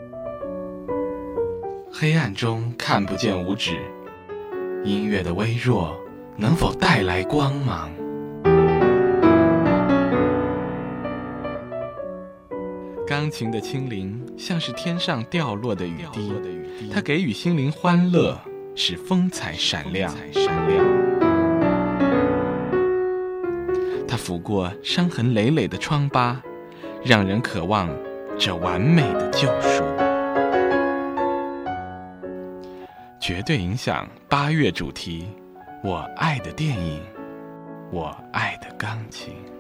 黑暗中看不见五指，音乐的微弱能否带来光芒？钢琴的轻灵像是天上掉落的雨滴，它给予心灵欢乐，使风采闪亮。它抚过伤痕累累的疮疤，让人渴望这完美的救赎。绝对影响8月主题，我爱的电影，我爱的钢琴。